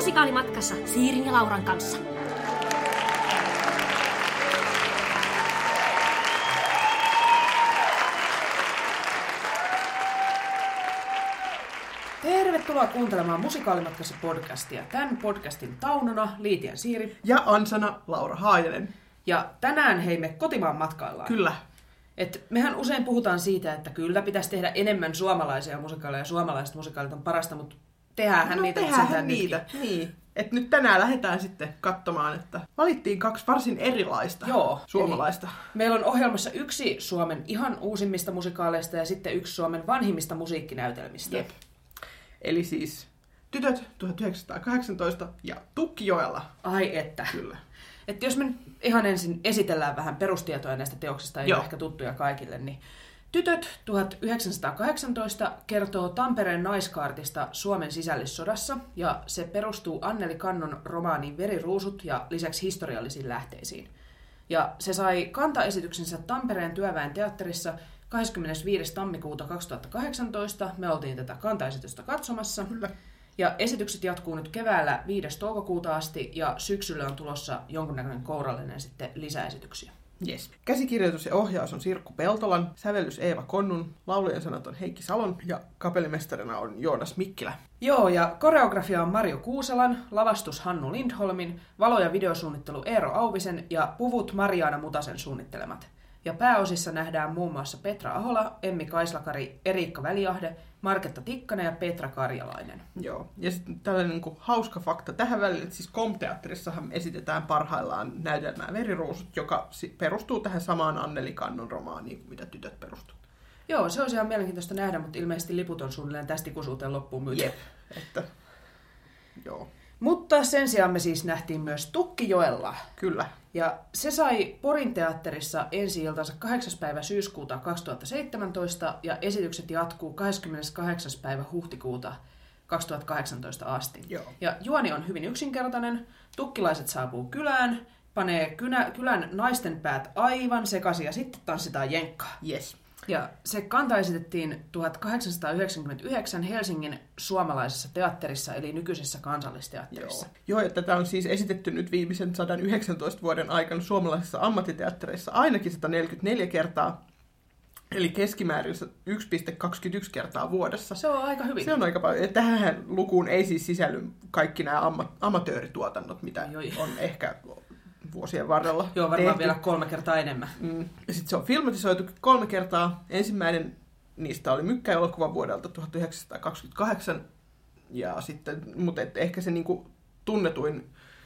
Musikaalimatkassa Siirin ja Lauran kanssa. Tervetuloa kuuntelemaan Musikaalimatkassa podcastia. Tämän podcastin Taunona Liitian Siiri. Ja Ansana Laura Haajanen. Ja tänään me kotimaan matkaillaan. Kyllä. Mehän usein puhutaan siitä, että kyllä pitäisi tehdä enemmän suomalaisia musikaaleja ja suomalaiset musikaalit on parasta, mutta tehdään niitä. Niin. Et nyt tänään lähdetään sitten katsomaan, että valittiin 2 varsin erilaista suomalaista. Meillä on ohjelmassa yksi Suomen ihan uusimmista musikaaleista ja sitten yksi Suomen vanhimmista musiikkinäytelmistä. Jep. Eli siis Tytöt 1918 ja Tukkijoella. Ai että. Kyllä. Että jos me nyt ihan ensin esitellään vähän perustietoja näistä teoksista, ei ole ehkä tuttuja kaikille, niin Tytöt 1918 kertoo Tampereen naiskaartista Suomen sisällissodassa, ja se perustuu Anneli Kannon romaaniin Veriruusut ja lisäksi historiallisiin lähteisiin. Ja se sai kantaesityksensä Tampereen Työväen teatterissa 25. tammikuuta 2018. Me oltiin tätä kantaesitystä katsomassa. Kyllä. Ja esitykset jatkuu nyt keväällä 5. toukokuuta asti, ja syksyllä on tulossa jonkunnäköinen kourallinen sitten lisäesityksiä. Yes. Käsikirjoitus ja ohjaus on Sirkku Peltolan, sävellys Eeva Konnun, laulujen sanat on Heikki Salon ja kapellimestarina on Joonas Mikkilä. Joo, ja koreografia on Marjo Kuuselan, lavastus Hannu Lindholmin, valo- ja videosuunnittelu Eero Auvisen ja puvut Mariana Mutasen suunnittelemat. Ja pääosissa nähdään muun muassa Petra Ahola, Emmi Kaislakari, Eriikka Väliahde, Marketta Tikkanen ja Petra Karjalainen. Joo, ja sitten tällainen niin kuin hauska fakta tähän väliin, että siis KOM-teatterissahan esitetään parhaillaan näytelmää Veriruusut, joka perustuu tähän samaan Anneli Kannon romaaniin, mitä Tytöt perustuu. Joo, se olisi ihan mielenkiintoista nähdä, mutta ilmeisesti liput on suunnilleen tästä ikuisuuteen loppuun myyty. Jep, että joo. Mutta sen sijaan me siis nähtiin myös Tukkijoella. Kyllä. Ja se sai Porin teatterissa ensi-iltansa 8. päivä syyskuuta 2017 ja esitykset jatkuu 28. päivä huhtikuuta 2018 asti. Joo. Ja juoni on hyvin yksinkertainen. Tukkilaiset saapuu kylään, panee kylän naisten päät aivan sekaisin ja sitten tanssitaan jenkkaa. Yes. Ja se kanta esitettiin 1899 Helsingin suomalaisessa teatterissa, eli nykyisessä Kansallisteatterissa. Joo, ja tätä on siis esitetty nyt viimeisen 119 vuoden aikana suomalaisissa ammattiteattereissa ainakin 144 kertaa, eli keskimäärin 1,21 kertaa vuodessa. Se on aika hyvin. Se on aika paljon. Tähän lukuun ei siis sisälly kaikki nämä amatöörituotannot, mitä on ehkä vuosien varrella. Joo, varmaan vielä 3 kertaa enemmän. Ja sitten se on filmatisoitu 3 kertaa. Ensimmäinen niistä oli Mykkä-elokuva vuodelta 1928. Ja sitten, mutta ehkä se niinku tunnetuin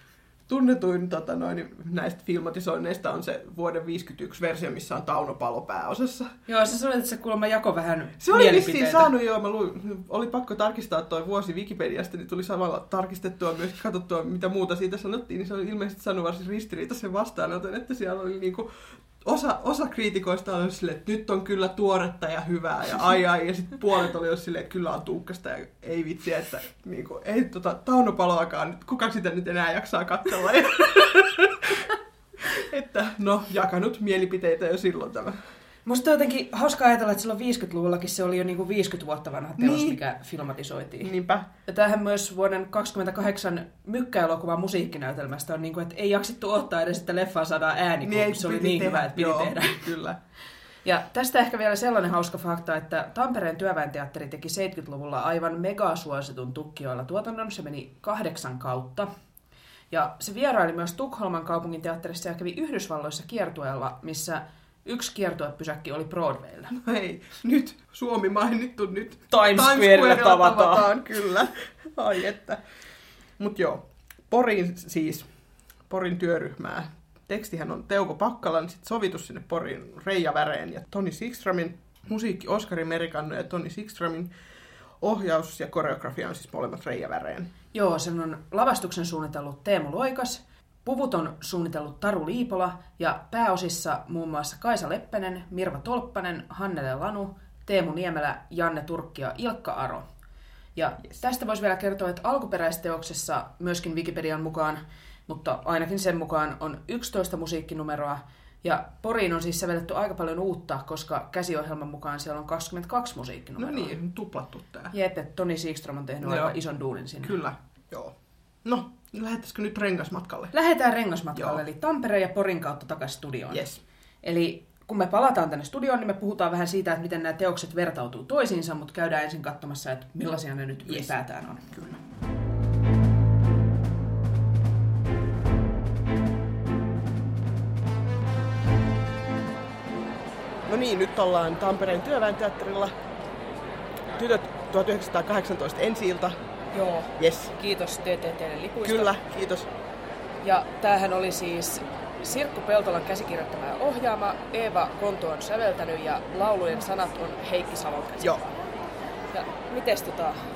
näistä filmatisoinneista on se vuoden 1951 versio, missä on Tauno Palo pääosassa. Joo, sä sanoit, että se kuulemma jako vähän se oli vissiin saanut, joo. Oli pakko tarkistaa toi vuosi Wikipediasta, niin tuli samalla tarkistettua myös katsottua, mitä muuta siitä sanottiin. Niin se oli ilmeisesti saanut varsin ristiriitaisen vastaanoton, että siellä oli niinku osa kriitikoista oli silleen, että nyt on kyllä tuoretta ja hyvää ja ai, ja sitten puolet oli silleen, että kyllä on tuukkasta ja ei vitsiä, että niinku, ei Tauno Paloakaan nyt, kuka sitä nyt enää jaksaa katsella. Että no, jakanut mielipiteitä jo silloin tämä. Musta on jotenkin hauska ajatella, että silloin 50-luvullakin se oli jo niinku 50 vuotta vanha teos, mikä filmatisoitiin. Niinpä. Ja tämähän myös vuoden 28 Mykkä-elokuvan musiikkinäytelmästä on niinku, että ei jaksittu ottaa edes, että leffaa saadaan ääni, kun se oli niin hyvä, että piti tehdä. Kyllä. Ja tästä ehkä vielä sellainen hauska fakta, että Tampereen Työväen teatteri teki 70-luvulla aivan megasuositun Tukkijoella tuotannon. Se meni 8 kautta. Ja se vieraili myös Tukholman kaupungin teatterissa ja kävi Yhdysvalloissa kiertueella, missä yksi kiertuepysäkki oli Broadwaylla. No hei, nyt Suomi mainittu, nyt Times Squarella tavataan. Kyllä. Ai että. Mut joo, Porin työryhmää. Tekstihän on Teuko Pakkalan, sit sovitus sinne Porin Reija Väreen ja Toni Sikströmin. Musiikki Oskari Merikanno ja Toni Sikströmin. Ohjaus ja koreografia on siis molemmat Reija Väreen. Joo, sen on lavastuksen suunnitellut Teemu Loikas. Puvut on suunnitellut Taru Liipola ja pääosissa muun muassa Kaisa Leppänen, Mirva Tolppanen, Hannele Lanu, Teemu Niemelä, Janne Turkki ja Ilkka Aro. Ja tästä voisi vielä kertoa, että alkuperäisteoksessa myöskin Wikipedian mukaan, mutta ainakin sen mukaan on 11 musiikkinumeroa. Ja Poriin on siis sävelletty aika paljon uutta, koska käsiohjelman mukaan siellä on 22 musiikkinumeroa. No niin, tuplattu tää. Jep, että Toni Sikström on tehnyt aika ison duunin sinne. Kyllä, joo. No, lähettäisikö nyt rengasmatkalle? Lähdetään rengasmatkalle, Joo. eli Tampereen ja Porin kautta takaisin studioon. Yes. Eli kun me palataan tänne studioon, niin me puhutaan vähän siitä, että miten nämä teokset vertautuu toisiinsa, mutta käydään ensin katsomassa, että millaisia ne nyt ylipäätään on. Kyllä. No niin, nyt ollaan Tampereen työväenteatterilla. Tytöt 1918 ensi-ilta. Joo. Yes. Kiitos TTT:lle lipuista. Kyllä, kiitos. Ja tämähän oli siis Sirkku Peltolan käsikirjoittama ja ohjaama, Eeva Konto on säveltänyt ja laulujen sanat on Heikki Salon käsikirjoittama. Joo. Ja mites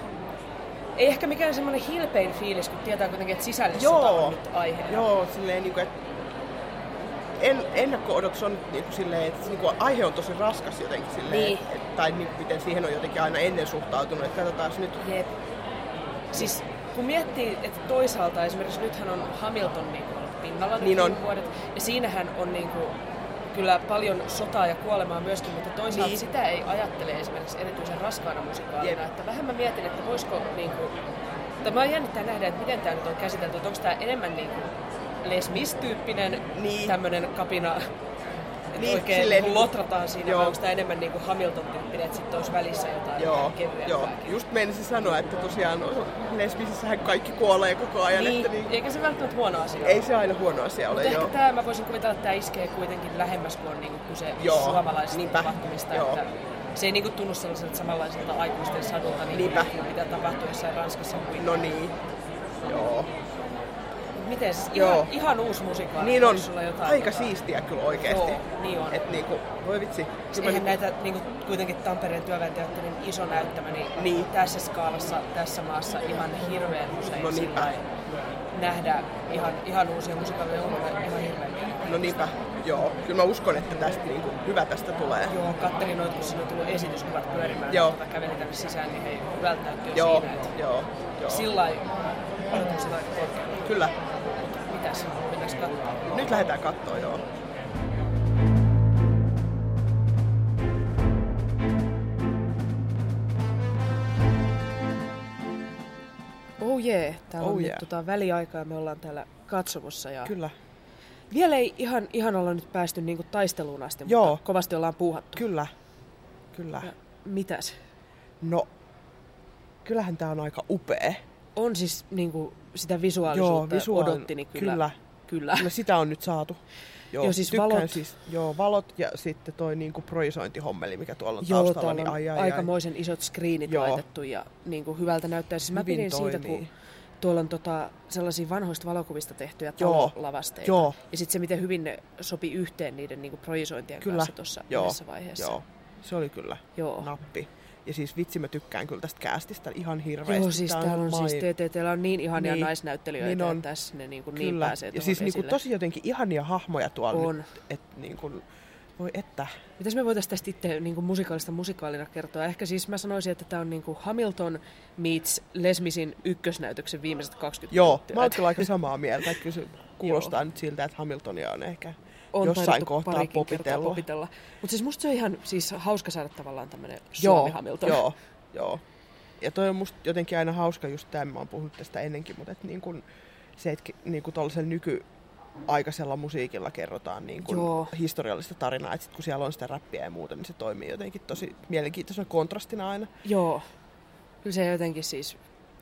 ei ehkä mikään semmoinen hilpein fiilis, kun tietää kuitenkin, että sisällissota on nyt aiheena. Joo, silleen niinku, että ennakko-odotus on niinku silleen, että niinku aihe on tosi raskas jotenkin silleen, Niin. tai niinku miten siihen on jotenkin aina ennen suhtautunut, että katsotaan nyt. Jep. Siis kun miettii, että toisaalta esimerkiksi nythän on Hamilton niin ollut pinnalla Niin on. vuodet, ja siinähän on niin kuin, kyllä paljon sotaa ja kuolemaa myöskin, mutta toisaalta Niin. sitä ei ajattele esimerkiksi erityisen raskaana musikaalina. Jep. Että vähän mä mietin, että voisiko, niin kuin, tai mä jännittää nähdä, että miten tämä nyt on käsitelty, että onko tämä enemmän niin kuin Les Mis-tyyppinen Niin. tämmöinen kapina, että Niin, oikein silleen niin niin lotrataan siinä, joo. vai onko tämä enemmän niin kuin Hamilton-tyyppinen, että sitten olisi välissä jotain Joo, kevyempääkin. just meinasin sanoa, että tosiaan lesbisissähän kaikki kuolee koko ajan. Niin, että niin, eikä se välttämättä huono asia ei se aina huono asia ole, mutta joo. ehkä tämä, mä voisin kuvitella, että tämä iskee kuitenkin lähemmäs, kun on niinku kyse Joo, suomalaisista niinpä, tapahtumista. joo. Että se ei niinku tunnu sellaiselta samanlaiselta aikuisten sadulta, niin Niinpä. mitä tapahtuu jossain Ranskassa. No niin, joo. Mites? Joo. Ihan uusi musikaali. Niin on, Olis sulla jotain, aika siistiä kyllä oikeesti. Joo, niin on. Et niinku, voi vitsi. Kyllä Eihän mä näitä niinku, kuitenkin Tampereen työväenteatterin iso näyttämä, niin tässä skaalassa, tässä maassa ihan hirveän usein No niinpä. sillain nähdä ihan uusia musikaaleja ulkona ihan hirveän mielenkiintoista. No niinpä, joo. Kyllä mä uskon, että tästä niinku, hyvä tästä tulee. Joo, kattelin noita, kun siinä on tullut esityskuvat pyörimään, Joo. kun mä kävelin tänne sisään, niin hei, hyvältä näytti jo Joo, siinä, että joo. sillain odotukset aika korkealla. Kyllä. Mitäs? Mennäänkö katsomaan? Nyt lähdetään kattoo, joo. Oh jee, täällä on Oh nyt yeah. väliaikaa, me ollaan täällä katsomossa ja Kyllä. vielä ei ihan olla nyt päästy niinku taisteluun asti, Joo. mutta kovasti ollaan puuhattu. Kyllä. Kyllä. Ja mitäs? No, kyllähän tää on aika upea. On siis niinku sitä visuaalisuutta odotti, niin kyllä. Kyllä sitä on nyt saatu. Joo, siis tykkään valot. Siis, valot ja sitten toi niinku projisointihommeli, mikä tuolla on Joo, taustalla. täällä on Niin aikamoisen isot screenit Joo. laitettu ja niinku hyvältä näyttää. Siis mä Hyvin pidin siitä, toimii. kun tuolla on sellaisia vanhoista valokuvista tehtyjä Joo. talolavasteita. Joo. Ja sitten se, miten hyvin ne sopi yhteen niiden niinku projisointien Kyllä. kanssa tuossa yhdessä vaiheessa. Joo, se oli kyllä Joo. nappi. Ja siis vitsi, mä tykkään kyllä tästä castista ihan hirveästi. Joo, siis täällä on siis TTT:llä on niin ihania Niin. naisnäyttelijöitä, Niin on. että tässä ne niin Kyllä. pääsee Ja tuohon siis niinku esille. tosi jotenkin ihania hahmoja tuolla On. nyt. Et niinku, voi että. Mitäs me voitaisiin tästä itse niin musikaalista musikaalina kertoa? Ehkä siis mä sanoisin, että tämä on niin Hamilton meets Les Misin ykkösnäytöksen viimeiset 20 Joo, minuuttia. mä oon kyllä aika samaa mieltä. Kyllä se kuulostaa nyt siltä, että Hamiltonia on ehkä On jossain taidettu kohtaa parikin kertaa popitella. Mutta siis musta se on ihan siis hauska saada tavallaan tämmönen Joo, Suomi-Hamilton. joo. Ja toi on musta jotenkin aina hauska just tämä, mä oon puhunut tästä ennenkin, mutta et niin kun se, että niin kun tollasella nykyaikaisella musiikilla kerrotaan niin kun historiallista tarinaa, että sit kun siellä on sitä räppiä ja muuta, niin se toimii jotenkin tosi mielenkiintoisena kontrastina aina. Joo. Kyllä se jotenkin siis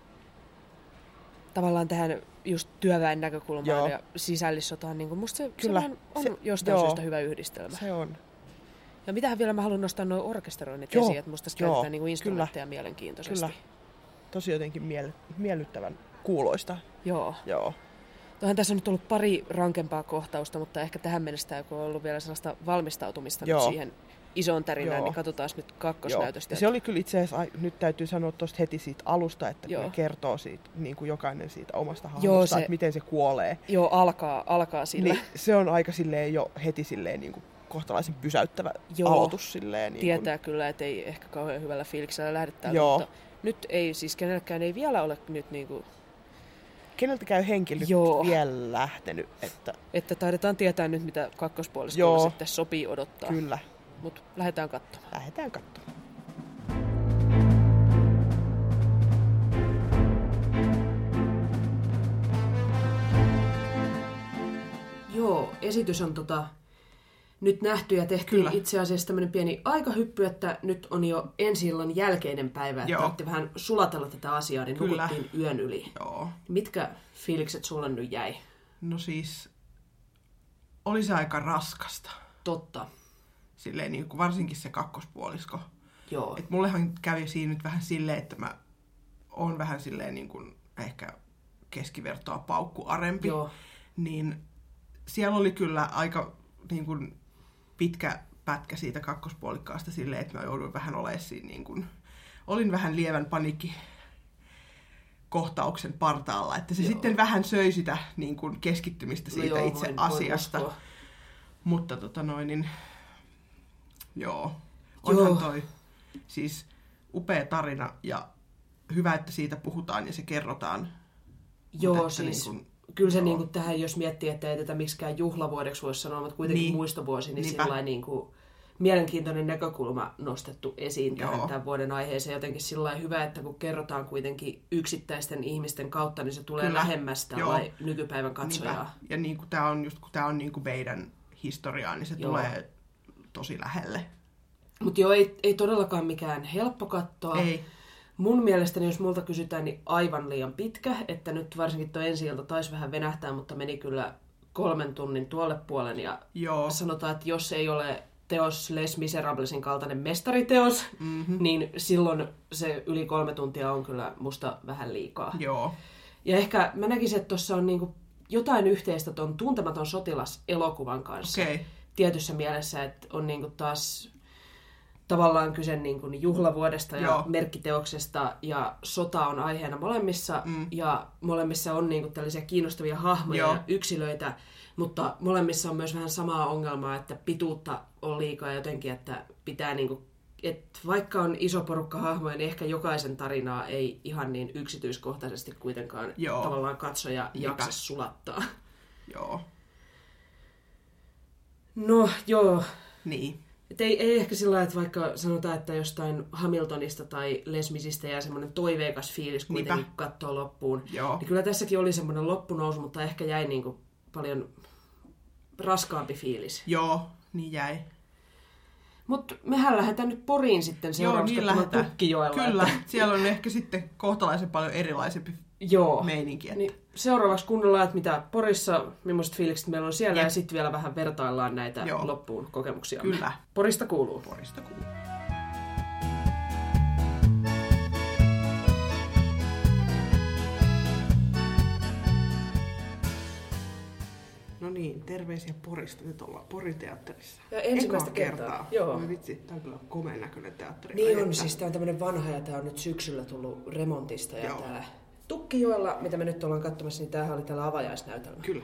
tavallaan tähän just työväen näkökulmaan ja sisällissotaan, niin musta se Kyllä, on se, jostain syystä hyvä yhdistelmä. Se on. Ja mitähän vielä mä haluan nostaa nuo orkesteroinnit esiin, että musta tässä käytetään niin instrumentteja mielenkiintoisesti. Kyllä. Tosi jotenkin miellyttävän kuuloista. Joo. Tuohan tässä on nyt ollut pari rankempaa kohtausta, mutta ehkä tähän mennessä, kun on ollut vielä sellaista valmistautumista nyt siihen isoon tärinään, niin katsotaan nyt kakkosnäytöstä. Ja se oli kyllä itse asiassa, nyt täytyy sanoa tuosta heti siitä alusta, että kun ne kertoo siitä, niin kuin jokainen siitä omasta hahmosta, että miten se kuolee. Joo, alkaa sillä. Niin, se on aika silleen jo heti silleen niin kuin kohtalaisen pysäyttävä aloitus. Silleen, niin tietää kyllä, että ei ehkä kauhean hyvällä fiiliksellä lähde täältä, mutta nyt ei, siis kenelläkään ei vielä ole nyt niinku... Keneltäkään henki nyt vielä lähtenyt, että taidetaan tietää nyt, mitä kakkospuoliskolla sitten sopii odottaa. Kyllä. Mutta lähdetään katsomaan. Lähdetään katsomaan. esitys on nyt nähty ja tehtiin itse asiassa tämmöinen pieni aikahyppy, että nyt on jo ensi-illan jälkeinen päivä, että tarvittiin vähän sulatella tätä asiaa, niin nukuttiin yön yli. Joo. Mitkä fiilikset sulle nyt jäi? No siis, oli se aika raskasta. Totta. Silleen niin kuin varsinkin se kakkospuolisko. Joo. Et mullehan kävi siinä nyt vähän silleen, että mä oon vähän silleen niin kuin ehkä keskivertoa paukkuarempi. Joo. Niin siellä oli kyllä aika niin kuin pitkä pätkä siitä kakkospuolikkaasta silleen, että mä jouduin vähän olemaan siinä niin kuin, olin vähän lievän paniikkikohtauksen partaalla, että se sitten vähän söi sitä niin kuin keskittymistä siitä itse asiasta. Mutta onhan toi siis upea tarina ja hyvä, että siitä puhutaan ja se kerrotaan. Joo, siis kyllä se niin kuin tähän, jos miettii, että ei tätä miksikään juhlavuodeksi voisi sanoa, mutta kuitenkin muistovuosi, niin sillä niin kuin mielenkiintoinen näkökulma nostettu esiin tähän tämän vuoden aiheeseen. Jotenkin sillä hyvä, että kun kerrotaan kuitenkin yksittäisten ihmisten kautta, niin se tulee lähemmästä nykypäivän katsojaa. Niinpä. Ja niin kuin tämä on just kun tämä on niin kuin meidän historiaa, niin se tulee tosi lähelle. Mutta ei todellakaan mikään helppo katsoa. Ei. Mun mielestäni, jos multa kysytään, niin aivan liian pitkä, että nyt varsinkin tuo ensi-ilta taisi vähän venähtää, mutta meni kyllä 3 tunnin tuolle puolen. Ja sanotaan, että jos ei ole teos Les Miserablesin kaltainen mestariteos, niin silloin se yli 3 tuntia on kyllä musta vähän liikaa. Joo. Ja ehkä mä näkisin, että tuossa on niinku jotain yhteistä tuon Tuntematon sotilas -elokuvan kanssa. Okay. Tietyssä mielessä, että on niinku taas tavallaan kyse niin kuin juhlavuodesta ja merkkiteoksesta, ja sota on aiheena molemmissa, ja molemmissa on niin kuin tällaisia kiinnostavia hahmoja ja yksilöitä, mutta molemmissa on myös vähän samaa ongelmaa, että pituutta on liikaa jotenkin, että pitää niin kuin, että vaikka on iso porukka hahmoja, niin ehkä jokaisen tarinaa ei ihan niin yksityiskohtaisesti kuitenkaan tavallaan katsoja jaksa sulattaa. Joo. No, joo. Niin. Et ei ehkä sillä lailla, että vaikka sanotaan, että jostain Hamiltonista tai Les Misistä jää semmoinen toiveikas fiilis kuitenkin kattoo loppuun. Joo. Niin kyllä tässäkin oli semmoinen loppunousu, mutta ehkä jäi niin kuin paljon raskaampi fiilis. Joo, niin jäi. Mutta mehän lähdetään nyt Poriin sitten seuraavaksi katsomaan Tukkijoella. Kyllä, siellä on ehkä sitten kohtalaisen paljon erilaisempi meininki. Että... Niin, seuraavaksi kuunnellaan, että mitä Porissa, millaiset fiilikset meillä on siellä, ja sitten vielä vähän vertaillaan näitä loppuun kokemuksia. Kyllä. Porista kuuluu. Porista kuuluu. No niin, terveisiä Porista. Nyt ollaan Poriteatterissa. Ja ensimmäistä kertaa. Joo. Oi vitsi, tää on kyllä komeen näköinen teatteri. Niin on, siis tää on tämmönen vanha ja tää on nyt syksyllä tullut remontista. Ja täällä Tukkijoella, mitä me nyt ollaan katsomassa, niin tämähän oli täällä avajaisnäytelmä. Kyllä.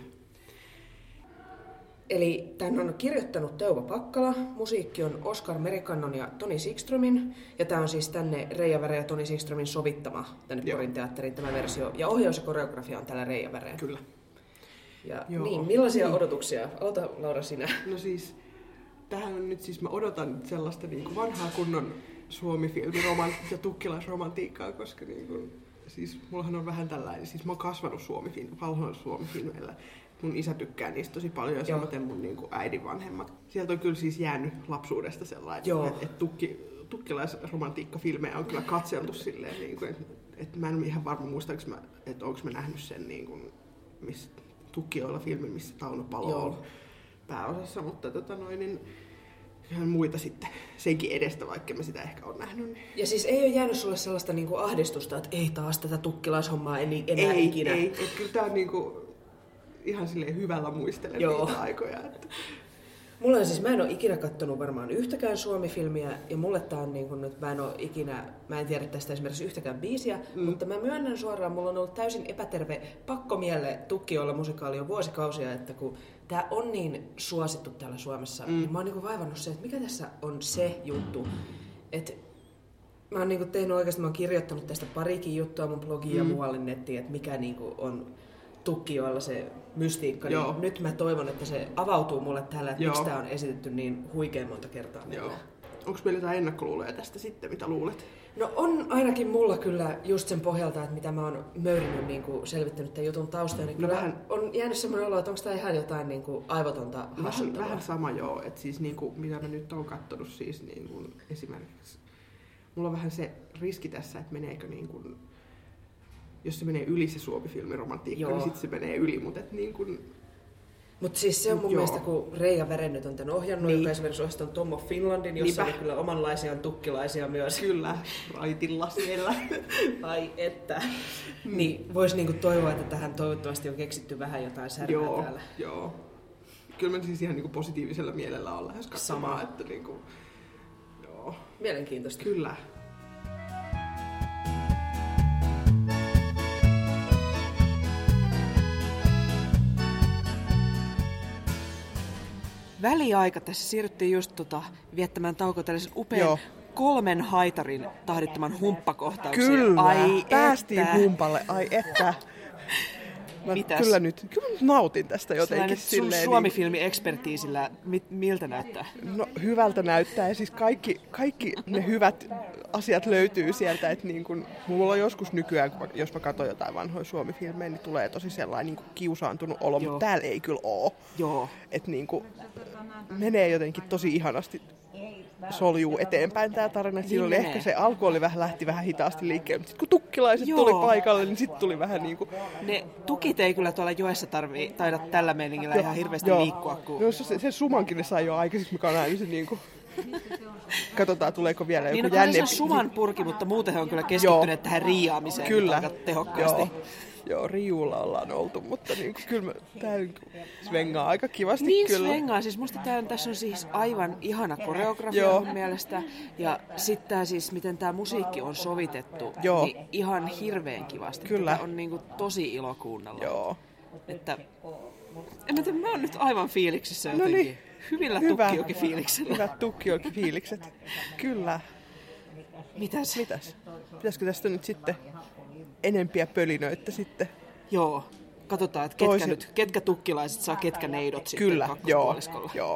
Eli tän on kirjoittanut Teuvo Pakkala, musiikki on Oskar Merikannon ja Toni Sikströmin, ja tää on siis tänne Reija Värä ja Toni Sikströmin sovittama tänne Porin teatteriin tämä versio, ja ohjaus ja koreografia on täällä Reija Värä. Kyllä. Ja niin, millaisia odotuksia? Aloita Laura sinä. No siis, tähän on nyt siis, mä odotan sellaista niin kuin vanhaa kunnon suomi-filmi ja tukkilaisromantiikkaa, koska niin kuin, siis mullahan on vähän tällainen, siis mä oon kasvanut suomi-filmeillä. Mun isä tykkää niistä tosi paljon ja samaten mun niin kuin äidin vanhemmat. Sieltä on kyllä siis jäänyt lapsuudesta sellainen, että tukkilaisromantiikka-filmejä on kyllä katseltu silleen, niin kuin, että mä en ole ihan varma muistaanko mä, että onko mä nähnyt sen niin kuin, missä Tukkijoella filmi, missä Tauno Palo on pääosassa, mutta niin ihan muita sitten senkin edestä, vaikka mä sitä ehkä ole nähnyt. Niin. Ja siis ei ole jäänyt sulle sellaista niinku ahdistusta, että ei taas tätä tukkilaishommaa enää ikinä? Ei, että kyllä tää on niinku ihan silleen hyvällä muistelen niitä aikoja. Että. Mulla on siis, mä en ole ikinä kattonut varmaan yhtäkään Suomi-filmiä, ja mulle tää on niin kuin nyt, mä en tiedä tästä esimerkiksi yhtäkään biisiä, mutta mä myönnän suoraan, mulla on ollut täysin epäterve pakkomielle Tukkijoella musikaali jo vuosikausia, että kun tää on niin suosittu täällä Suomessa, niin mä oon niin kuin vaivannut se, että mikä tässä on se juttu, että mä oon niin kuin tehnyt oikeasti, mä oon kirjoittanut tästä parikin juttua mun blogiin ja muualle nettiin, että mikä niin kuin on Tukkijoella se mystiikka, niin nyt mä toivon, että se avautuu mulle täällä, että miksi tää on esitetty niin huikein monta kertaa. Onko meillä jotain ennakkoluuloja tästä sitten, mitä luulet? No on ainakin mulla kyllä just sen pohjalta, että mitä mä oon möyrinyt niin kuin selvittänyt tämän jutun taustaa, niin kyllä on jäänyt semmoinen olo, että onko tämä ihan jotain niin kuin aivotonta hassuttelua. Vähän sama joo, että siis niin kuin, mitä mä nyt oon katsonut siis niin kuin, esimerkiksi, mulla on vähän se riski tässä, että meneekö niin kuin, jos se menee yli se Suomi-filmiromantiikka, niin sitten se menee yli, mutta niin kuin... Mutta siis se on mun mielestä, kun Reija Verennyt on tämän ohjannut, joka esimerkiksi ohjannut Tom of Finlandin, jossa oli kyllä omanlaisia tukkilaisia myös. Kyllä, raitilla siellä. Ai että. Niin, voisi niinku toivoa, että tähän toivottavasti on keksitty vähän jotain särmää täällä. Joo. Kyllä mä siis ihan niinku positiivisella mielellä on lähes katsomaan, että niinku... Joo. Mielenkiintoista. Kyllä. Väliaika. Tässä siirryttiin just viettämään taukoa tällaisen upean 3 haitarin tahdittoman humppakohtauksen. Kyllä, ai päästiin humpalle, ai että. Kyllä nyt nautin tästä jotenkin. Sun Suomi-filmi-ekspertiisillä, miltä näyttää? No hyvältä näyttää ja siis kaikki ne hyvät asiat löytyy sieltä. Että niin kun, mulla on joskus nykyään, jos mä katson jotain vanhoja Suomi-filmejä, niin tulee tosi sellainen niin kiusaantunut olo, mutta täällä ei kyllä ole. Joo. Että niin kun, menee jotenkin tosi ihanasti. Soljuu eteenpäin tää tarina. Niin siinä oli ehkä se alku lähti vähän hitaasti liikkeelle, mutta sitten kun tukkilaiset tuli paikalle, niin sitten tuli vähän niinku... Ne tukit ei kyllä tuolla joessa taida tällä meiningillä ihan hirveästi liikkua. Kun... No, se sumankin ne sai jo aikaiseksi, mikä on aina se niinku... Katsotaan, tuleeko vielä joku jänne. Niin, no se suman purki, mutta muuten he on kyllä keskittyneet tähän riiaamiseen kyllä. Aika tehokkaasti. Joo, riuulla ollaan oltu, mutta niin, kyllä tää svengaa aika kivasti. Niin kyllä. svengaa, siis musta tässä on siis aivan ihana koreografia mun mielestä. Ja sitten tää siis, miten tää musiikki on sovitettu, niin ihan hirveän kivasti. Kyllä. Tätä on niinku tosi ilo kuunnella. Joo. Että, en mä tiedä, mä oon nyt aivan fiiliksissä jotenkin. Noniin. Hyvillä tukkijoki-fiiliksellä. Hyvät tukkijoki-fiilikset. Kyllä. Mitäs? Pitäisikö tästä nyt sitten enempiä pölinöitä sitten? Joo. Katsotaan, että ketkä tukkilaiset saa ketkä neidot sitten. Kyllä, joo.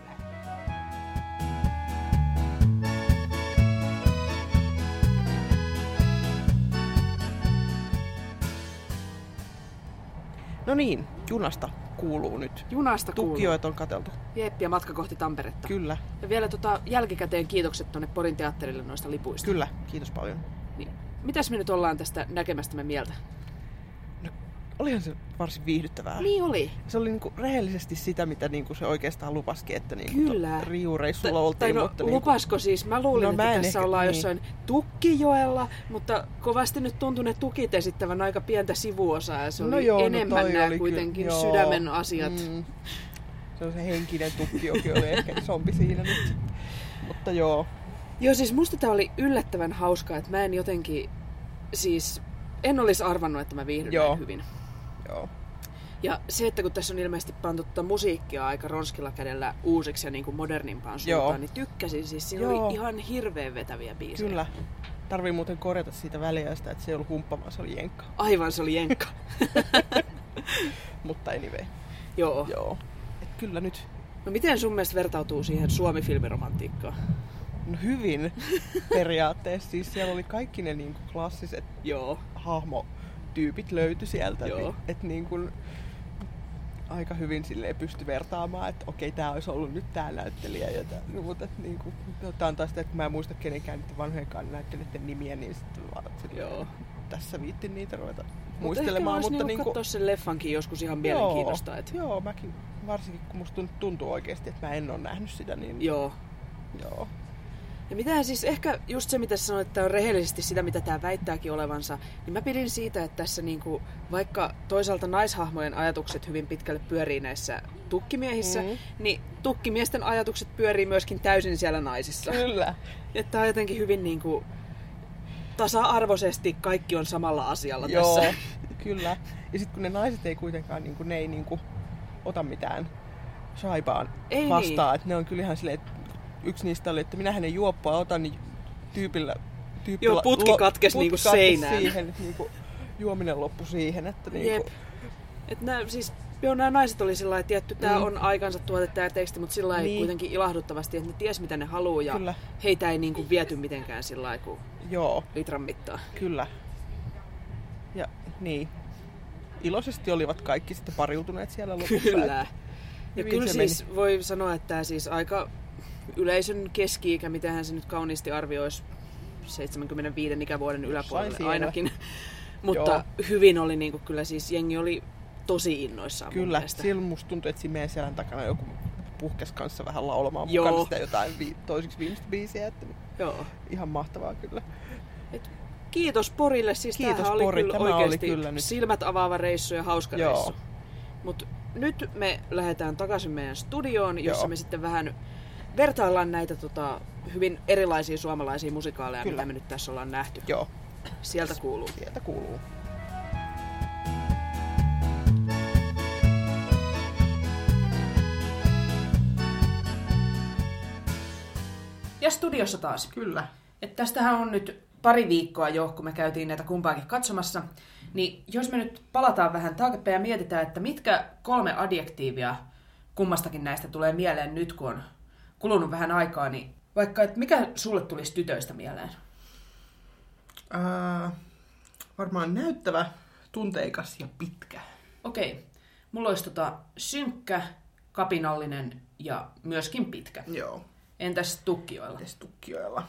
No niin, junasta kuuluu nyt. Junasta kuuluu. Tukkijoet on katseltu. Jep, ja matka kohti Tamperetta. Kyllä. Ja vielä jälkikäteen kiitokset tuonne Porin teatterille noista lipuista. Kyllä, kiitos paljon. Niin. Mitäs me nyt ollaan tästä näkemästämme mieltä? No, olihan se varsin viihdyttävää. Niin oli. Se oli niinku rehellisesti sitä, mitä niinku se oikeastaan lupasikin, että niinku kyllä. Riureissulla oltiin. Mutta lupasko siis? Mä luulin, että tässä ollaan jossain Tukkijoella, mutta kovasti nyt tuntui ne tukit esittävän aika pientä sivuosaa ja se oli enemmän nämä kuitenkin sydämen asiat. Se on se henkinen tukkijoki, oli ehkä isompi siinä nyt. Mutta joo. Joo, siis musta tää oli yllättävän hauskaa, että mä en jotenkin, siis en olisi arvannut, että mä viihdyn näin hyvin. Joo. Ja se, että kun tässä on ilmeisesti pantu musiikkia aika ronskilla kädellä uusiksi ja niin kuin modernimpaan suuntaan, niin tykkäsin. Siis siinä oli ihan hirveän vetäviä biisejä. Kyllä. Tarvii muuten korjata siitä väliäistä, että se ei ollut humppa, vaan se oli jenkka. Aivan, se oli jenkka. Mutta anyway. Joo. Et kyllä nyt. No miten sun mielestä vertautuu siihen Suomi-filmiromantiikkaan? No hyvin periaatteessa. Siis siellä oli kaikki ne niinku klassiset hahmotyypit löytyi sieltä. Että niinku aika hyvin silleen pystyi vertaamaan, että okei, tää olisi ollut nyt tää näyttelijä. Mutta niinku, tää on taas sitä, että kun mä en muista kenenkään niiden vanhojenkaan näyttelijöiden nimiä, niin sitten vaan tässä viittin niitä ruveta muistelemaan. Mutta ehkä katsoa sen leffankin joskus ihan mielenkiintoista. Joo, mäkin varsinkin kun musta tuntuu oikeesti, että mä en ole nähnyt sitä. Niin... Joo. Ja mitä siis ehkä just se, mitä sä sanoit, että on rehellisesti sitä, mitä tää väittääkin olevansa, niin mä pidin siitä, että tässä niinku, vaikka toisaalta naishahmojen ajatukset hyvin pitkälle pyörii näissä tukkimiehissä, niin tukkimiesten ajatukset pyörii myöskin täysin siellä naisissa. Kyllä. Että tää on jotenkin hyvin niinku tasa-arvoisesti kaikki on samalla asialla tässä. Kyllä. Ja sitten kun ne naiset ei kuitenkaan, ne ei ota mitään shaibaan vastaan, että ne on kyllä ihan silleen, yksi niistä oli, että minähän en juoppoa otan, niin tyypillä putki katkesi niinku seinään. Siihen, että juominen loppui siihen. Että Jep. Et siis Joo, nämä naiset oli sillä lailla, tietty, tää on aikansa tuote tää teksti, mutta sillä lailla Niin. kuitenkin ilahduttavasti, että ne ties mitä ne haluaa ja Kyllä. heitä ei niinku viety mitenkään sillä lailla kuin Joo, litran mittaa. kyllä. Ja niin. Iloisesti olivat kaikki sitten pariutuneet siellä lopussa. Kyllä. Ja Hyvin kyllä se siis voi sanoa, että tää siis aika yleisön keski-ikä, mitähän se nyt kauniisti arvioisi, 75 ikävuoden yläpuolelle siellä. ainakin. Mutta Joo. hyvin oli niinku, kyllä siis jengi oli tosi innoissaan mun Kyllä, mielestä. silloin musta tuntui, että siinä meidän selän takana joku puhkes kanssa vähän laulamaan Joo. mukana sitä jotain toisiksi viimeistä biisiä. Että Joo. ihan mahtavaa kyllä. Kiitos Porille, siis Kiitos tämähän oli Pori, kyllä tämä oli oikeasti kyllä nyt. silmät avaava reissu ja hauska Joo. reissu. Mut nyt me lähdetään takaisin meidän studioon, jossa Joo. me sitten vähän vertaillaan näitä hyvin erilaisia suomalaisia musikaaleja, Kyllä. mitä me nyt tässä ollaan nähty. Joo, Sieltä kuuluu. sieltä kuuluu. Ja studiossa taas. Kyllä. Et tästähän on nyt pari viikkoa jo, kun me käytiin näitä kumpaakin katsomassa. Niin jos me nyt palataan vähän taaksepäin ja mietitään, että mitkä 3 adjektiivia kummastakin näistä tulee mieleen nyt, kun on kulunut vähän aikaa, niin vaikka, että mikä sulle tulisi tytöistä mieleen? Varmaan näyttävä, tunteikas ja pitkä. Okei, mulla olisi synkkä, kapinallinen ja myöskin pitkä. Joo, Entäs Tukkijoilla? mites Tukkijoella?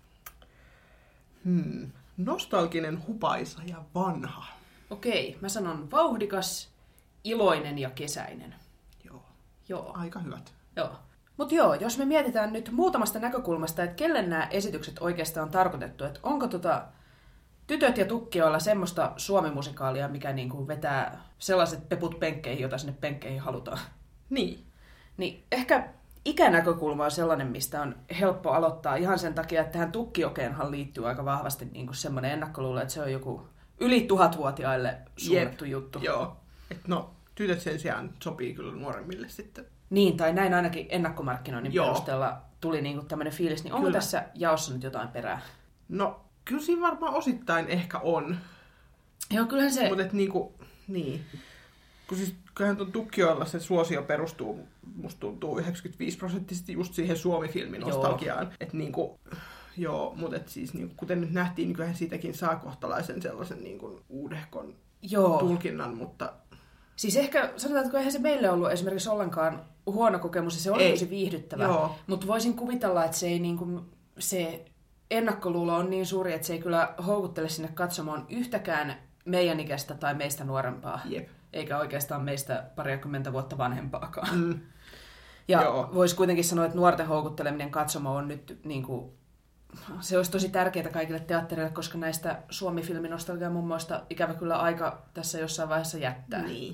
Nostalginen, hupaisa ja vanha. Okei, mä sanon vauhdikas, iloinen ja kesäinen. Joo, Joo. aika hyvät. Joo. Mutta joo, jos me mietitään nyt muutamasta näkökulmasta, että kelle nämä esitykset oikeastaan on tarkoitettu, että onko Tytöt ja Tukkijoilla semmoista suomimusikaalia, mikä niinku vetää sellaiset peput penkkeihin, joita sinne penkkeihin halutaan. Niin. Niin ehkä ikänäkökulma on sellainen, mistä on helppo aloittaa ihan sen takia, että tähän Tukkijokeenhan liittyy aika vahvasti niinku semmoinen ennakkoluulo, että se on joku yli 1000-vuotiaille suunnattu juttu. Joo. Et no, tytöt sen sijaan sopii kyllä nuoremmille sitten. Niin, tai näin ainakin ennakkomarkkinoinnin Joo. perusteella tuli niinku tämmöinen fiilis, niin onko Kyllä. tässä jaossa nyt jotain perää? No, kyllä siinä varmaan osittain ehkä on. Joo, kyllähän se... Mutta niinku, niin. Kun siis kyllähän tuon Tukkijoilla se suosio perustuu, musta tuntuu 95% just siihen Suomi-filmin nostalgiaan. Että niinku, joo, mutta et siis niinku, kuten nyt nähtiin, niin kyllähän siitäkin saa kohtalaisen sellaisen niinku uudehkon Joo. tulkinnan, mutta Siis ehkä sanotaan, että eihän se meille ollut esimerkiksi ollenkaan huono kokemus, ja se oli Ei. tosi viihdyttävä. Joo. Mutta voisin kuvitella, että se, ei niinku, se ennakkoluulo on niin suuri, että se ei kyllä houkuttele sinne katsomaan yhtäkään meidän ikäistä tai meistä nuorempaa. jep. Eikä oikeastaan meistä pariakymmentä vuotta vanhempaakaan. Ja Joo. voisi kuitenkin sanoa, että nuorten houkutteleminen katsomaan on nyt niinku, se olisi tosi tärkeää kaikille teattereille, koska näistä Suomi-filminostalgia mummoista ikävä kyllä aika tässä jossain vaiheessa jättää. Niin.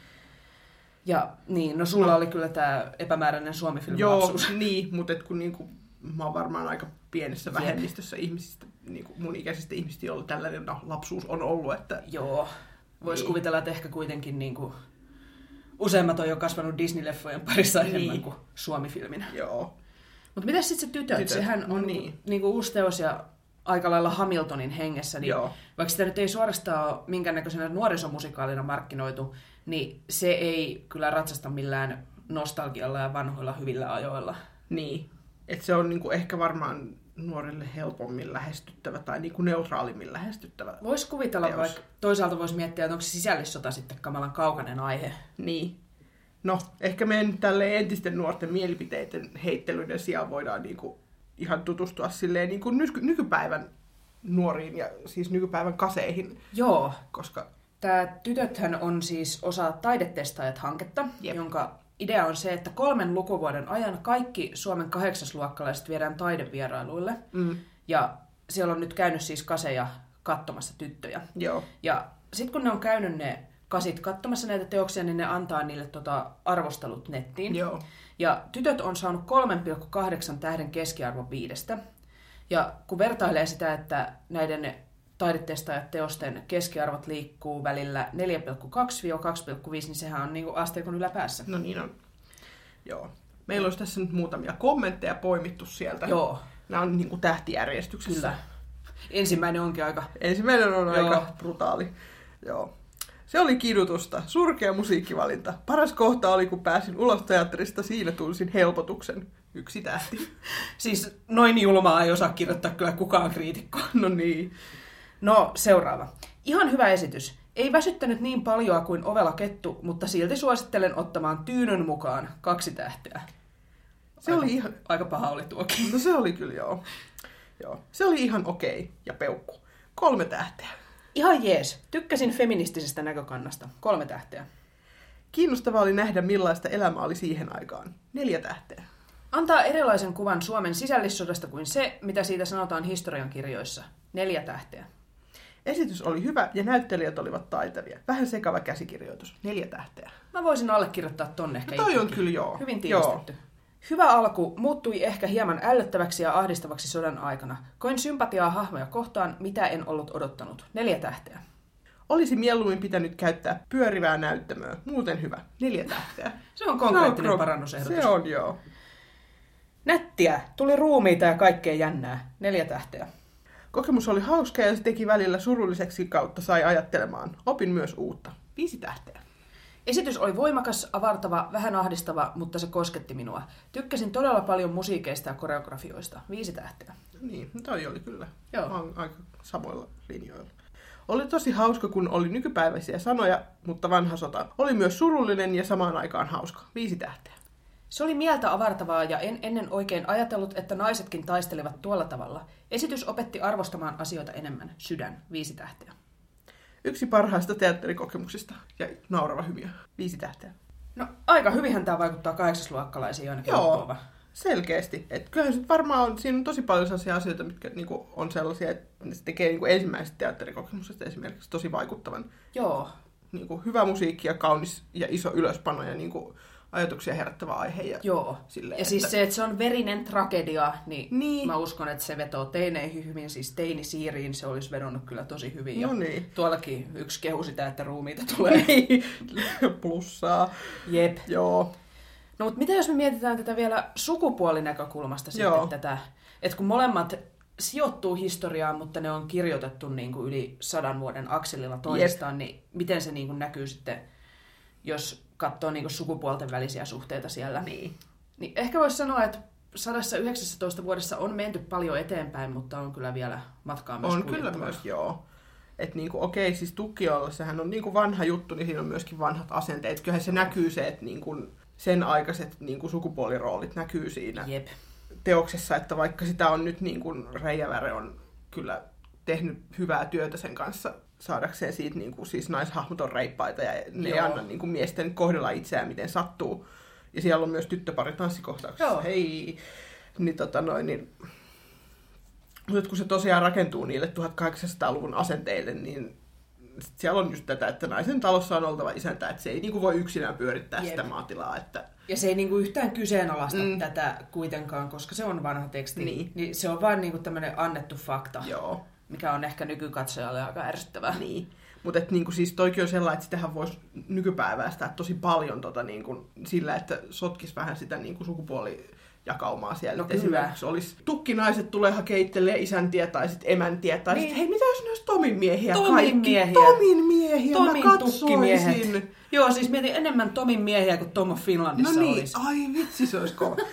Ja niin, no sulla oli kyllä tämä epämääräinen Suomi-filmin Joo, lapsuus. niin, mutta kun niinku, mä oon varmaan aika pienessä vähemmistössä ihmisistä, niinku mun ikäisistä ihmisistä, joilla tällainen lapsuus on ollut, että Joo, voisi Niin. kuvitella, että ehkä kuitenkin niinku, useimmat on jo kasvanut Disney-leffojen parissa enemmän Niin. kuin Suomi-filminä. joo. Mutta mitäs sitten se tytöt? Tytöt, Sehän on niin. niinku uusi teos ja aika lailla Hamiltonin hengessä. Niin Joo. vaikka sitä nyt ei suorastaan ole minkäännäköisenä nuorisomusikaalina markkinoitu, niin se ei kyllä ratsasta millään nostalgialla ja vanhoilla hyvillä ajoilla. Niin. Että se on niinku ehkä varmaan nuorille helpommin lähestyttävä tai niinku neutraalimmin lähestyttävä. Voisi kuvitella, Teos. vaikka toisaalta voisi miettiä, että onko se sisällissota sitten kamalan kaukainen aihe. Niin. No, ehkä meidän tälle entisten nuorten mielipiteiden heittelyiden sijaan voidaan niinku ihan tutustua silleen niinku nykypäivän nuoriin ja siis nykypäivän kaseihin, Joo. koska Tämä Tytöthän on siis osa Taidetestaajat-hanketta, Jep. jonka idea on se, että 3 lukuvuoden ajan kaikki Suomen 8-luokkalaiset viedään taidevierailuille. Ja siellä on nyt käynyt siis kaseja katsomassa tyttöjä. joo, Ja sitten kun ne on käynyt ne kasit katsomassa näitä teoksia, niin ne antaa niille arvostelut nettiin. joo, Ja tytöt on saanut 3,8 tähden keskiarvo 5. Ja kun vertailee sitä, että näiden taidetestaajat-teosten keskiarvot liikkuu välillä 4,2-2,5, niin sehän on niinku asteikon yläpäässä. no niin on. Joo. Meillä olisi tässä nyt muutamia kommentteja poimittu sieltä. Joo, Nämä on niinku tähtijärjestyksessä. kyllä. Ensimmäinen onkin aika... Ensimmäinen on Joo. aika brutaali. Joo. Se oli kidutusta. Surkea musiikkivalinta. Paras kohta oli, kun pääsin ulos teatterista. Siinä tunsin helpotuksen. 1 tähti. Siis noin julmaa ei osaa kirjoittaa kyllä kukaan kriitikko. No niin. No, seuraava. Ihan hyvä esitys. Ei väsyttänyt niin paljoa kuin Ovela kettu, mutta silti suosittelen ottamaan Tyynyn mukaan 2 tähteä. Se oli ihan... Aika paha oli tuokin. No se oli kyllä, joo. Se oli ihan okei ja peukku. 3 tähteä. Ihan jees. Tykkäsin feministisestä näkökannasta. 3 tähteä. Kiinnostavaa oli nähdä, millaista elämä oli siihen aikaan. 4 tähteä. Antaa erilaisen kuvan Suomen sisällissodasta kuin se, mitä siitä sanotaan historiankirjoissa. 4 tähteä. Esitys oli hyvä ja näyttelijät olivat taitavia. Vähän sekava käsikirjoitus. 4 tähteä. Mä voisin allekirjoittaa tonne ehkä Toi on itsekin. kyllä joo. Hyvin tiivistetty. Hyvä alku muuttui ehkä hieman ällöttäväksi ja ahdistavaksi sodan aikana. Koin sympatiaa hahmoja kohtaan, mitä en ollut odottanut. 4 tähteä. Olisi mieluummin pitänyt käyttää pyörivää näyttämöä. Muuten hyvä. 4 tähteä. Se on konkreettinen parannusehdotus. Se on, joo. Nättiä. Tuli ruumiita ja kaikkea jännää. 4 tähteä. Kokemus oli hauska ja se teki välillä surulliseksi kautta sai ajattelemaan. Opin myös uutta. 5 tähteä. Esitys oli voimakas, avartava, vähän ahdistava, mutta se kosketti minua. Tykkäsin todella paljon musiikeista ja koreografioista. 5 tähteä. Niin, toi oli kyllä. Joo. Mä oon aika samoilla linjoilla. Oli tosi hauska, kun oli nykypäiväisiä sanoja, mutta vanha sota. Oli myös surullinen ja samaan aikaan hauska. 5 tähteä. Se oli mieltä avartavaa ja en ennen oikein ajatellut, että naisetkin taistelevat tuolla tavalla. Esitys opetti arvostamaan asioita enemmän. Sydän. 5 tähteä. Yksi parhaista teatterikokemuksista ja naurava hymiö. 5 tähteä. No aika hyvinhän tämä vaikuttaa 8-luokkalaisiin ainakin. Joo, loppuava. selkeästi. Et kyllähän sit varmaan on, siinä on tosi paljon sellaisia asioita, mitkä niinku on sellaisia, että ne tekee niinku ensimmäisestä teatterikokemuksesta esimerkiksi tosi vaikuttavan. Joo. Niinku hyvä musiikki ja kaunis ja iso ylöspano ja niinku ajatuksia herättävä aihe. Ja, Joo. silleen, Ja siis se, että se on verinen tragedia, niin, Niin. mä uskon, että se vetoo teineihin hyvin. Siis teinisiiriin se olisi vedonnut kyllä tosi hyvin. No Ja niin. tuollakin yksi kehu sitä, että ruumiita tulee. Plussaa. Jep. Joo. No mutta mitä jos me mietitään tätä vielä sukupuolinäkökulmasta Joo. sitten tätä, että kun molemmat sijoittuu historiaan, mutta ne on kirjoitettu niin kuin yli 100 vuoden akselilla toistaan, niin miten se niin kuin näkyy sitten, jos katsoo niin kuin sukupuolten välisiä suhteita siellä. Niin ehkä voisi sanoa, että 119 vuodessa on menty paljon eteenpäin, mutta on kyllä vielä matkaa myös On kyllä myös, joo. Että niinku, okei, siis Tukkijoella sehän on niinku vanha juttu, niin siinä on myöskin vanhat asenteet. Kyllähän se näkyy se, että niinku sen aikaiset niinku sukupuoliroolit näkyy siinä Jep. teoksessa, että vaikka sitä on nyt niinku Reijaväre on kyllä tehnyt hyvää työtä sen kanssa saadakseen siitä, niinku, siis naishahmot on reippaita ja ne ei Joo. anna niinku miesten kohdella itseään miten sattuu. Ja siellä on myös tyttöpari tanssikohtauksessa. Joo. Hei! Niin, mutta kun se tosiaan rakentuu niille 1800-luvun asenteille, niin sit siellä on just tätä, että naisen talossa on oltava isäntä, että se ei niinku voi yksinään pyörittää Jep. sitä maatilaa. Että... Ja se ei niinku yhtään kyseenalaista tätä kuitenkaan, koska se on vanha teksti. Niin. Se on vaan niinku tämmöinen annettu fakta, Joo. mikä on ehkä nykykatsojalle aika ärsyttävää. Niin. Mutta niinku siis toikin on sellainen, että sitähän voisi nykypäiväistää tosi paljon niinku, sillä, että sotkisi vähän sitä niinku sukupuolijakaumaa siellä. No Et kyllä. esimerkiksi olisi tukkinaiset tulee hakeittelee isäntiä tai sit emäntiä tai Niin. sit, hei mitä jos ne olisi Tomin miehiä Tomin kaikki? miehiä. Tomin miehiä, Tomin mä tukkimiehet. katsoisin. Joo, siis mietin enemmän Tomin miehiä kuin Tom of Finlandissa No niin, olisi. ai vitsi se olisi kova.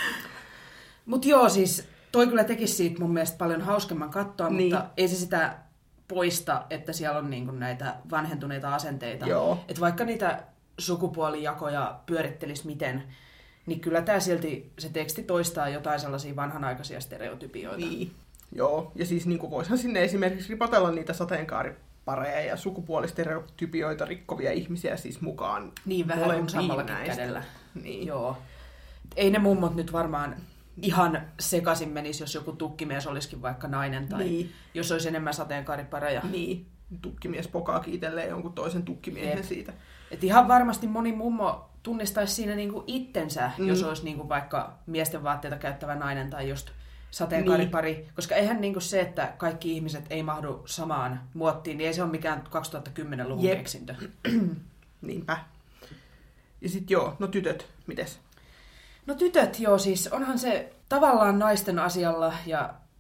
Mutta joo, siis toi kyllä tekisi siitä mun mielestä paljon hauskemman katsoa, Niin. mutta ei se sitä poista, että siellä on niinku näitä vanhentuneita asenteita. Joo. Että vaikka niitä sukupuolijakoja pyörittelisi miten, niin kyllä tää silti se teksti toistaa jotain sellaisia vanhanaikaisia stereotypioita. Niin, joo. Ja siis niin voisihan sinne esimerkiksi ripotella niitä sateenkaaripareja ja sukupuolistereotypioita rikkovia ihmisiä siis mukaan. Niin vähän molempiin runsaammallakin näistä. kädellä. Niin. Joo. Ei ne mummot nyt varmaan ihan sekaisin menisi, jos joku tukkimies olisikin vaikka nainen tai Niin. jos olisi enemmän sateenkaaripareja. Niin. Tukkimies pokaa kiitelleen jonkun toisen tukkimiehen Jep. siitä. Et ihan varmasti moni mummo tunnistaisi siinä niinku itsensä, jos olisi niinku vaikka miesten vaatteita käyttävä nainen tai just sateenkaaripari. Koska eihän niinku se, että kaikki ihmiset ei mahdu samaan muottiin, niin ei se ole mikään 2010-luvun Jep. keksintö. Niinpä. Ja sit joo, no tytöt, mites? No tytöt, joo, siis onhan se tavallaan naisten asialla ja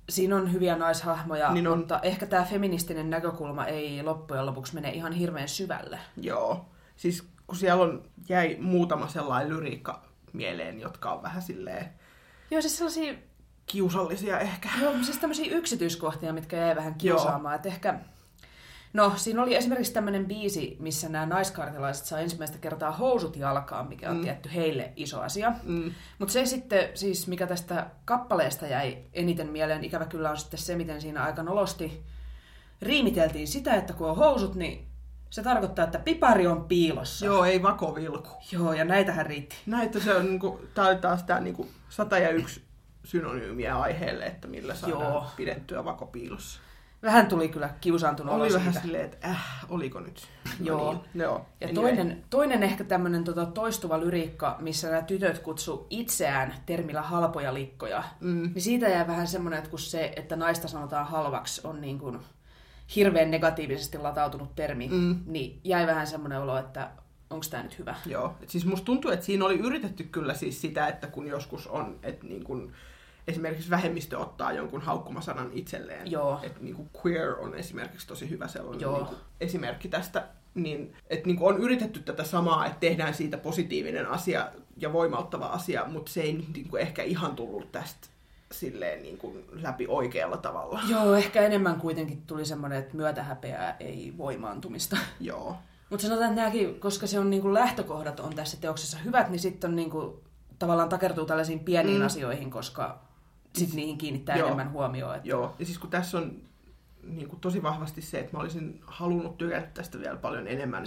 Siinä on hyviä naishahmoja, Niin on. mutta ehkä tämä feministinen näkökulma ei loppujen lopuksi mene ihan hirveän syvälle. Joo. Siis kun siellä jäi muutama sellainen lyriikka mieleen, jotka on vähän silleen Joo, siis sellaisia kiusallisia ehkä. Joo, siis tämmöisiä yksityiskohtia, mitkä jäi vähän kiusaamaan. Että ehkä, no, siinä oli esimerkiksi tämmöinen biisi, missä nämä naiskaartilaiset saa ensimmäistä kertaa housut jalkaan, mikä on tietty heille iso asia. Mutta se sitten, siis mikä tästä kappaleesta jäi eniten mieleen, ikävä kyllä on sitten se, miten siinä aika nolosti riimiteltiin sitä, että kun on housut, niin se tarkoittaa, että pipari on piilossa. Joo, ei vakovilku. Joo, ja näitähän riitti. Näitä se on, niinku, tää oli taas tää niinku 101 synonyymiä aiheelle, että millä saadaan pidettyä vakopiilossa. Vähän tuli kyllä kiusaantunut olo Oli siitä. vähän silleen, että oliko nyt? Joo. No niin, joo. Ja toinen ehkä tämmöinen toistuva lyriikka, missä nämä tytöt kutsu itseään termillä halpoja likkoja, niin siitä jää vähän semmoinen, että kun se, että naista sanotaan halvaksi, on niin kuin hirveän negatiivisesti latautunut termi, niin jäi vähän semmoinen olo, että onko tämä nyt hyvä? Joo. Et siis musta tuntuu, että siinä oli yritetty kyllä siis sitä, että kun joskus on, että niin kun esimerkiksi vähemmistö ottaa jonkun haukkumasanan itselleen. Joo. Että niin kuin queer on esimerkiksi tosi hyvä sellainen Joo. niin kuin esimerkki tästä. Niin, että niin kuin on yritetty tätä samaa, että tehdään siitä positiivinen asia ja voimauttava asia, mutta se ei niin kuin ehkä ihan tullut tästä silleen niin kuin läpi oikealla tavalla. Joo, ehkä enemmän kuitenkin tuli semmoinen, että myötähäpeää ei voimaantumista. Joo. Mutta sanotaan, että nämäkin, koska se on niin kuin lähtökohdat on tässä teoksessa hyvät, niin sitten on niin kuin, tavallaan takertuu tällaisiin pieniin asioihin, koska sitten niihin kiinnittää enemmän huomioon. Että... Joo, ja siis kun tässä on niin kuin tosi vahvasti se, että mä olisin halunnut tykätä tästä vielä paljon enemmän,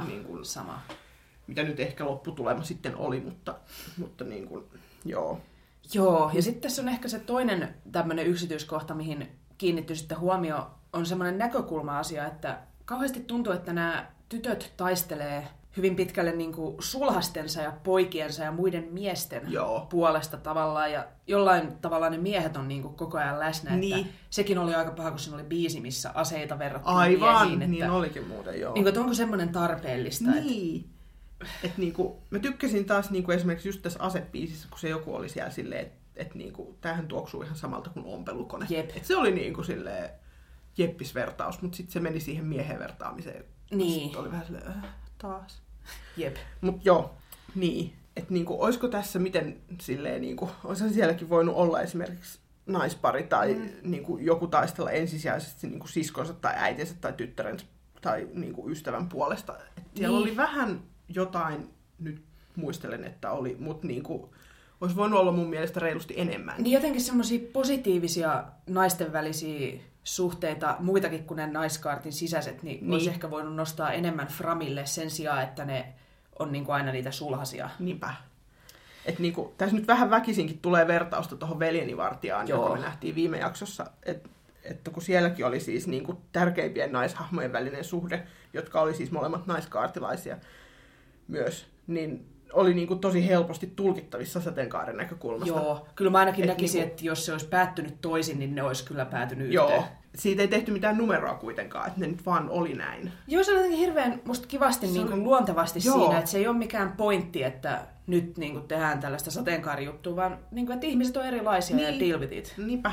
mitä nyt ehkä lopputulema sitten oli, mutta niin kuin, joo. Joo, ja sitten tässä on ehkä se toinen tämmöinen yksityiskohta, mihin kiinnittyy sitten huomio, on semmoinen näkökulma-asia, että kauheasti tuntuu, että nämä tytöt taistelee hyvin pitkälle niin kuin sulhastensa ja poikiensa ja muiden miesten puolesta tavallaan, ja jollain tavalla ne miehet on niin kuin koko ajan läsnä. Niin. Että sekin oli aika paha, kun siinä oli biisi, missä aseita verrattiin aivan, miehiin. niin olikin muuten, joo. Niin kuin, että onko semmoinen tarpeellista? Niin. Että niinku, mä tykkäsin taas niinku esimerkiksi just tässä asebiisissä, kun se joku oli siellä silleen, että niinku, tämähän tuoksuu ihan samalta kuin ompelukone. Et se oli niinku silleen jeppis-vertaus, mutta sitten se meni siihen miehen vertaamiseen. Niin. Sitten oli vähän silleen, taas. Jep. Mut joo, niin. Että niinku, olisiko tässä miten silleen, niinku, olisi sielläkin voinut olla esimerkiksi naispari tai niinku, joku taistella ensisijaisesti niinku, siskonsa tai äitinsä tai tyttärensä tai niinku, ystävän puolesta. Et siellä oli vähän jotain, nyt muistelen, että oli, mutta niinku, olisi voinut olla mun mielestä reilusti enemmän. Niin jotenkin semmoisia positiivisia naisten välisiä suhteita, muitakin kuin ne naiskaartin sisäiset, niin olisi ehkä voinut nostaa enemmän framille sen sijaan, että ne on niinku aina niitä sulhasia. Niinpä. Että niinku, tässä nyt vähän väkisinkin tulee vertausta tuohon Veljenivartijaan, joka me nähtiin viime jaksossa, että kun sielläkin oli siis niinku tärkeimpien naishahmojen välinen suhde, jotka oli siis molemmat naiskaartilaisia myös, niin oli niinku tosi helposti tulkittavissa sateenkaaren näkökulmasta. Joo, kyllä mä ainakin näkisin, niinku, että jos se olisi päättynyt toisin, niin ne olisi kyllä päätynyt yhteen. Joo, siitä ei tehty mitään numeroa kuitenkaan, että ne nyt vaan oli näin. Joo, se on jotenkin hirveän musta kivasti niinku luontevasti siinä, että se ei ole mikään pointti, että nyt niinku tehdään tällaista sateenkaarijuttua, vaan niinku, että ihmiset on erilaisia ja deal with it. Niinpä.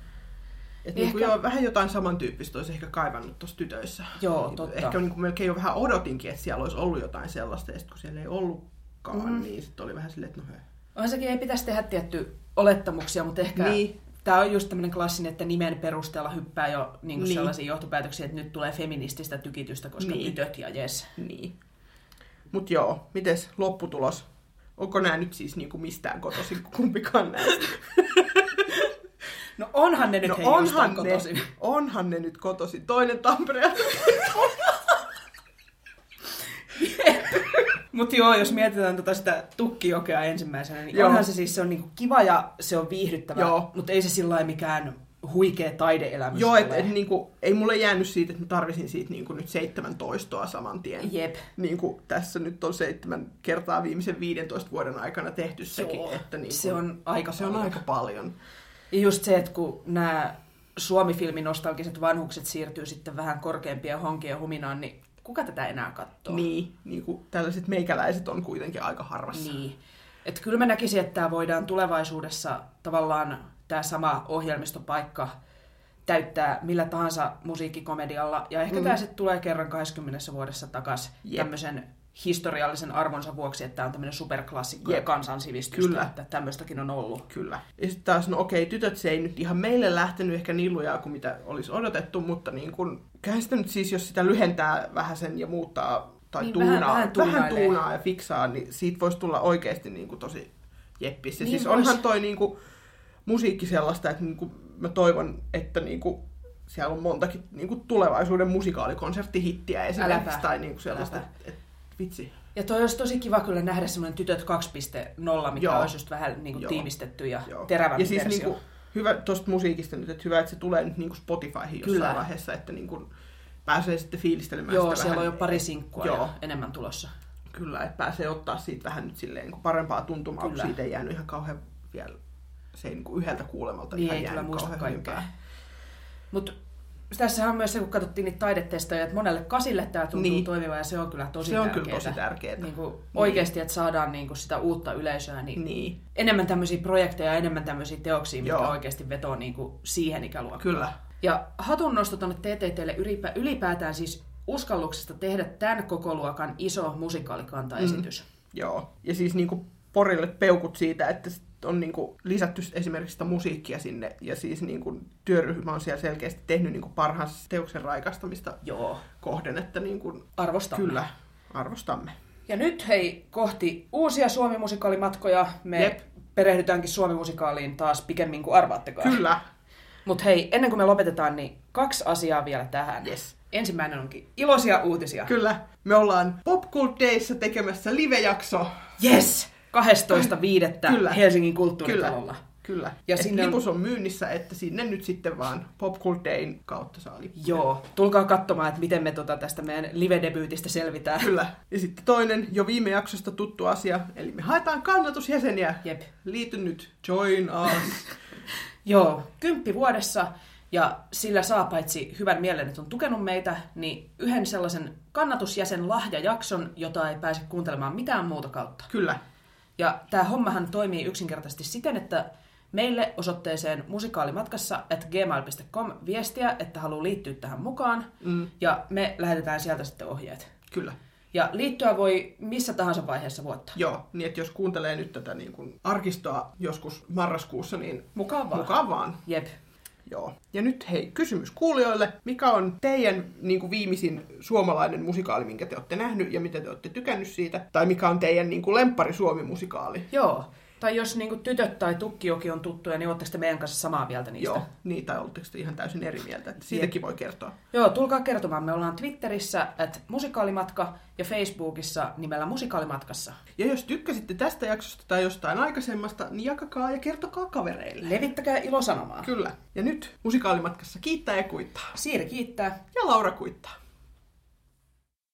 Että niinku vähän jotain samantyyppistä olisi ehkä kaivannut tuossa tytöissä. Joo, totta. Ehkä niinku melkein jo vähän odotinkin, että siellä olisi ollut jotain sellaista, ja sitten kun siellä ei ollutkaan, niin sitten oli vähän silleen, että no Onhan sekin ei pitäisi tehdä tietty olettamuksia, mutta ehkä tämä on just tämmöinen klassinen, että nimen perusteella hyppää jo niinku sellaisia johtopäätöksiä, että nyt tulee feminististä tykitystä, koska tytöt ja jes. Niin. Mut joo, mites lopputulos? Onko nämä nyt siis niinku mistään kotoisin kumpikaan näistä? No onhan ne nyt jostain kotoisin. Onhan ne nyt kotoisin. Toinen Tampereelta. Mutta joo, jos mietitään sitä Tukkijokea ensimmäisenä, niin onhan se siis se on niinku kiva ja se on viihdyttävä, mutta ei se sillä mikään huikea taideelämys. Joo, että niinku, ei mulle jäänyt siitä, että mä tarvisin siitä niinku nyt 17 saman tien. Jep. Niinku, tässä nyt on 7 kertaa viimeisen 15 vuoden aikana tehty sekin. Että niinku, se on aika paljon. On aika paljon. Ja just se, että kun nämä Suomi-filmin nostalgiset vanhukset siirtyy sitten vähän korkeampia honkia huminaan, niin kuka tätä enää katsoo? Niin kuin tällaiset meikäläiset on kuitenkin aika harvassa. Niin. Että kyllä mä näkisin, että tämä voidaan tulevaisuudessa tavallaan tämä sama ohjelmistopaikka täyttää millä tahansa musiikkikomedialla. Ja ehkä tämä sitten tulee kerran 20 vuodessa takaisin tämmöisen historiallisen arvonsa vuoksi, että tämä on tämmöinen superklassikko ja kansansivistystä, Kyllä. että tämmöistäkin on ollut. Kyllä. Ja sitten taas, no okei, tytöt se ei nyt ihan meille lähtenyt ehkä niin lujaa kuin mitä olisi odotettu, mutta niin kun, kyllähän sitä nyt siis, jos sitä lyhentää vähän sen ja muuttaa tai niin, vähän tuunaa ja fiksaa, niin siitä voisi tulla oikeasti niin kuin tosi jeppis. Ja niin siis onhan toi niin kuin, musiikki sellaista, että niin kuin, mä toivon, että niin kuin, siellä on montakin niin kuin, tulevaisuuden musikaalikonserttihittiä esimerkiksi, tai niin kuin sellaista, että vitsi. Ja toi olisi tosi kiva kyllä nähdä semmoinen Tytöt 2.0, mikä olisi just vähän niin kuin tiivistetty ja terävämpi versio. Ja siis versio. Niin kuin, hyvä tuosta musiikista nyt, että hyvä, että se tulee nyt niin kuin Spotifyhin jossain vaiheessa, että niin kuin, pääsee sitten fiilistelemään sitä siellä vähän. on jo pari sinkkua ja enemmän tulossa. Kyllä, että pääsee ottaa siitä vähän nyt silleen niin kuin parempaa tuntumaa, kun siitä ei jäänyt ihan kauhean vielä, se ei niin kuin yhdeltä kuulemalta niin ihan ei kyllä muista kaikkea. Mutta tässä on myös se, kun katsottiin niitä taidetestoja, että monelle kasille tämä tuntuu toimiva ja se on kyllä tosi tärkeää. Se on kyllä tosi tärkeää. Niin kuin oikeasti, että saadaan niin kuin sitä uutta yleisöä, niin enemmän tämmöisiä projekteja ja enemmän tämmöisiä teoksia, mitkä oikeasti vetoo niin kuin siihen ikäluokkaan. Kyllä. Ja hatunnosto tuonne TTT:lle ylipäätään siis uskalluksesta tehdä tämän kokoluokan iso musikaalikantaesitys. Joo, ja siis niin kuin Porille peukut siitä, että on niin kuin lisätty esimerkiksi sitä musiikkia sinne, ja siis niin kuin työryhmä on siellä selkeästi tehnyt niin kuin parhaansa teoksen raikastamista kohden, että niin kuin, arvostamme. Kyllä, arvostamme. Ja nyt hei, kohti uusia Suomi-musikaalimatkoja. Me perehdytäänkin Suomi-musikaaliin taas pikemmin kuin arvaattekaan. Kyllä. Mutta hei, ennen kuin me lopetetaan, niin 2 asiaa vielä tähän. Yes. Ensimmäinen onkin iloisia uutisia. Kyllä. Me ollaan Pop Cult Dayssa tekemässä live-jakso. Yes! 12.5. Helsingin kulttuuritalolla. Kyllä. Ja lipus on myynnissä, että sinne nyt sitten vaan Pop Cult Dayn kautta saa lippuja. Joo. Tulkaa katsomaan, että miten me tästä meidän live-debyytistä selvitään. Kyllä. Ja sitten toinen, jo viime jaksosta tuttu asia, eli me haetaan kannatusjäseniä. Jep. Liity nyt. Join us. Joo. 10 vuodessa. Ja sillä saa paitsi hyvän mielen, että on tukenut meitä, niin yhden sellaisen kannatusjäsen lahjajakson, jota ei pääse kuuntelemaan mitään muuta kautta. Kyllä. Ja tämä hommahan toimii yksinkertaisesti siten, että meille osoitteeseen musikaalimatkassa@gmail.com viestiä, että haluaa liittyä tähän mukaan, ja me lähetetään sieltä sitten ohjeet. Kyllä. Ja liittyä voi missä tahansa vaiheessa vuotta. Joo, niin että jos kuuntelee nyt tätä niin kuin arkistoa joskus marraskuussa, niin mukaan vaan. Jep. Joo. Ja nyt hei, kysymys kuulijoille. Mikä on teidän niin kuin viimeisin suomalainen musikaali, minkä te olette nähnyt ja miten te olette tykännyt siitä? Tai mikä on teidän niin kuin lemppari Suomi-musikaali? Joo. Tai jos niin kuin Tytöt tai Tukkijoki on tuttuja, niin ootteko te meidän kanssa samaa mieltä niistä? Joo, niin, tai oletteko te ihan täysin eri mieltä? Että siitäkin voi kertoa. Joo, tulkaa kertomaan. Me ollaan Twitterissä @musikaalimatka ja Facebookissa nimellä Musikaalimatkassa. Ja jos tykkäsitte tästä jaksosta tai jostain aikaisemmasta, niin jakakaa ja kertokaa kavereille. Levittäkää ilosanomaa. Kyllä. Ja nyt Musikaalimatkassa kiittää ja kuittaa. Siiri kiittää. Ja Laura kuittaa.